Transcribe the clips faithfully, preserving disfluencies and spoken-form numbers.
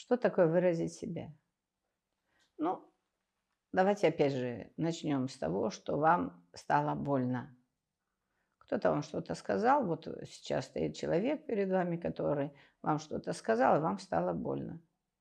Что такое выразить себя? Ну, давайте опять же начнем с того, что вам стало больно. Кто-то вам что-то сказал, вот сейчас стоит человек перед вами, который вам что-то сказал, и вам стало больно.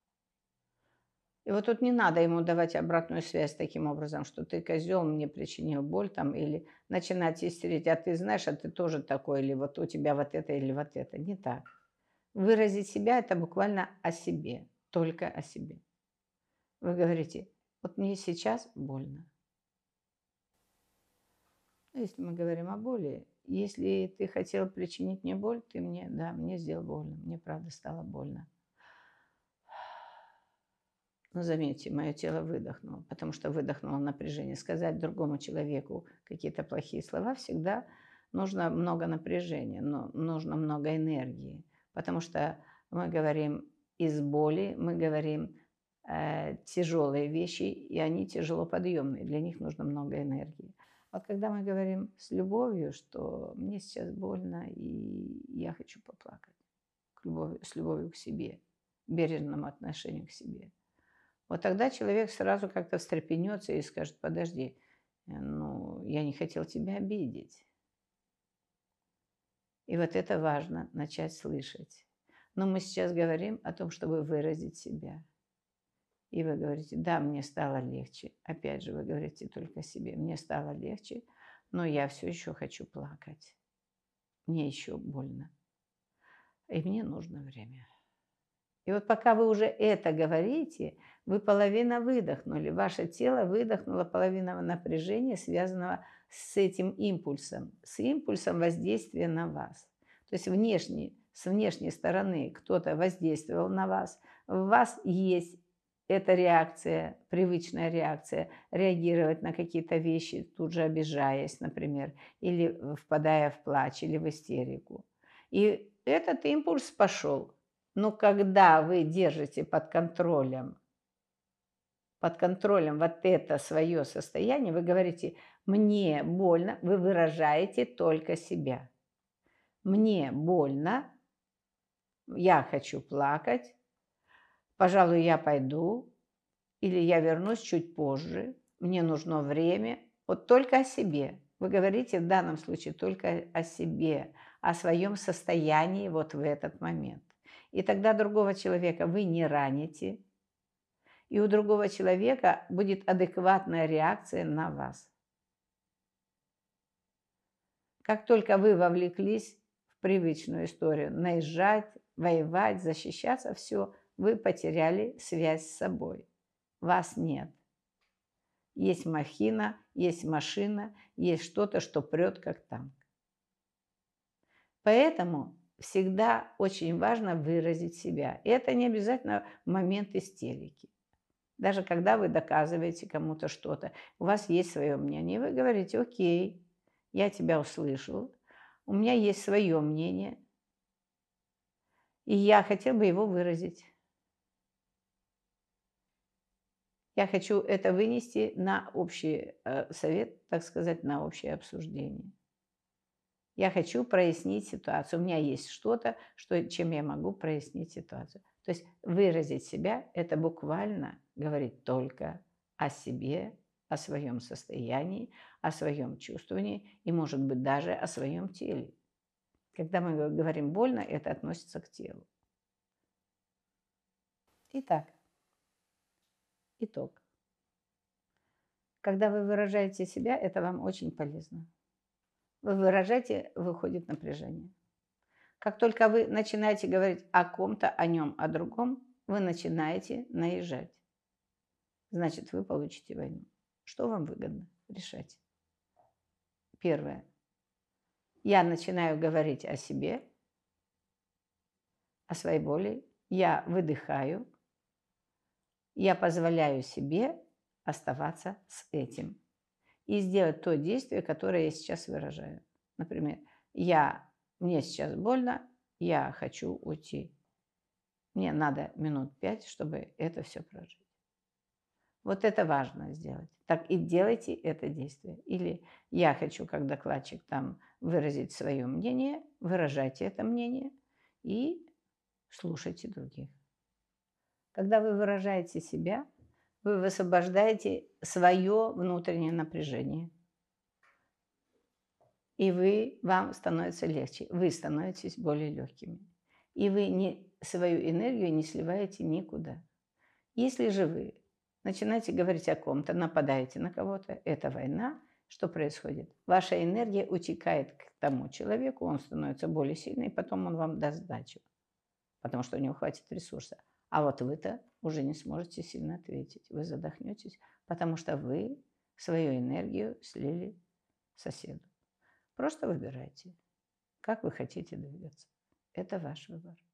И вот тут не надо ему давать обратную связь таким образом, что ты козел, мне причинил боль там, или начинать истерить, а ты знаешь, а ты тоже такой, или вот у тебя вот это, или вот это. Не так. Выразить себя– это буквально о себе, только о себе. Вы говорите, вот мне сейчас больно. Ну, если мы говорим о боли, если ты хотел причинить мне боль, ты мне, да, мне сделал больно, мне правда стало больно. Но заметьте, мое тело выдохнуло, потому что выдохнуло напряжение. Сказать другому человеку какие-то плохие слова всегда нужно много напряжения, но нужно много энергии, потому что мы говорим из боли, мы говорим э, тяжелые вещи, и они тяжелоподъемные, для них нужно много энергии. Вот когда мы говорим с любовью, что мне сейчас больно, и я хочу поплакать, к любови- с любовью к себе, бережному отношению к себе, вот тогда человек сразу как-то встрепенется и скажет: подожди, э, ну, я не хотел тебя обидеть. И вот это важно начать слышать. Но мы сейчас говорим о том, чтобы выразить себя. И вы говорите: да, мне стало легче. Опять же, вы говорите только себе: мне стало легче, но я все еще хочу плакать. Мне еще больно. И мне нужно время. И вот пока вы уже это говорите, вы половина выдохнули. Ваше тело выдохнуло половину напряжения, связанного с этим импульсом, с импульсом воздействия на вас. То есть внешне, с внешней стороны кто-то воздействовал на вас, в вас есть эта реакция, привычная реакция, реагировать на какие-то вещи, тут же обижаясь, например, или впадая в плач, или в истерику. И этот импульс пошел. Но когда вы держите под контролем, под контролем вот это свое состояние, вы говорите: мне больно, вы выражаете только себя. Мне больно, я хочу плакать, пожалуй, я пойду, или я вернусь чуть позже, мне нужно время. Вот только о себе. Вы говорите в данном случае только о себе, о своем состоянии вот в этот момент. И тогда другого человека вы не раните, и у другого человека будет адекватная реакция на вас. Как только вы вовлеклись в привычную историю, наезжать, воевать, защищаться, все, вы потеряли связь с собой. Вас нет. Есть махина, есть машина, есть что-то, что прет как танк. Поэтому всегда очень важно выразить себя. И это не обязательно в момент истерики. Даже когда вы доказываете кому-то что-то, у вас есть свое мнение, вы говорите: окей, я тебя услышал, у меня есть свое мнение, и я хотел бы его выразить. Я хочу это вынести на общий э, совет, так сказать, на общее обсуждение. Я хочу прояснить ситуацию. У меня есть что-то, что, чем я могу прояснить ситуацию. То есть выразить себя– это буквально говорить только о себе, о своем состоянии, о своем чувствовании и, может быть, даже о своем теле. Когда мы говорим больно, это относится к телу. Итак, итог. Когда вы выражаете себя, это вам очень полезно. Вы выражаете, выходит напряжение. Как только вы начинаете говорить о ком-то, о нем, о другом, вы начинаете наезжать. Значит, вы получите войну. Что вам выгодно? Решать. Первое. Я начинаю говорить о себе, о своей боли. Я выдыхаю. Я позволяю себе оставаться с этим. И сделать то действие, которое я сейчас выражаю. Например, я, мне сейчас больно, я хочу уйти. Мне надо минут пять, чтобы это все прожить. Вот это важно сделать. Так и делайте это действие. Или я хочу, как докладчик, там выразить свое мнение, выражайте это мнение и слушайте других. Когда вы выражаете себя, вы высвобождаете свое внутреннее напряжение. И вы, вам становится легче, вы становитесь более легкими. И вы не, свою энергию не сливаете никуда. Если же вы начинаете говорить о ком-то, нападаете на кого-то, это война, что происходит? Ваша энергия утекает к тому человеку, он становится более сильный, и потом он вам даст сдачу, потому что у него хватит ресурса. А вот вы-то уже не сможете сильно ответить, вы задохнетесь, потому что вы свою энергию слили соседу. Просто выбирайте, как вы хотите двигаться. Это ваш выбор.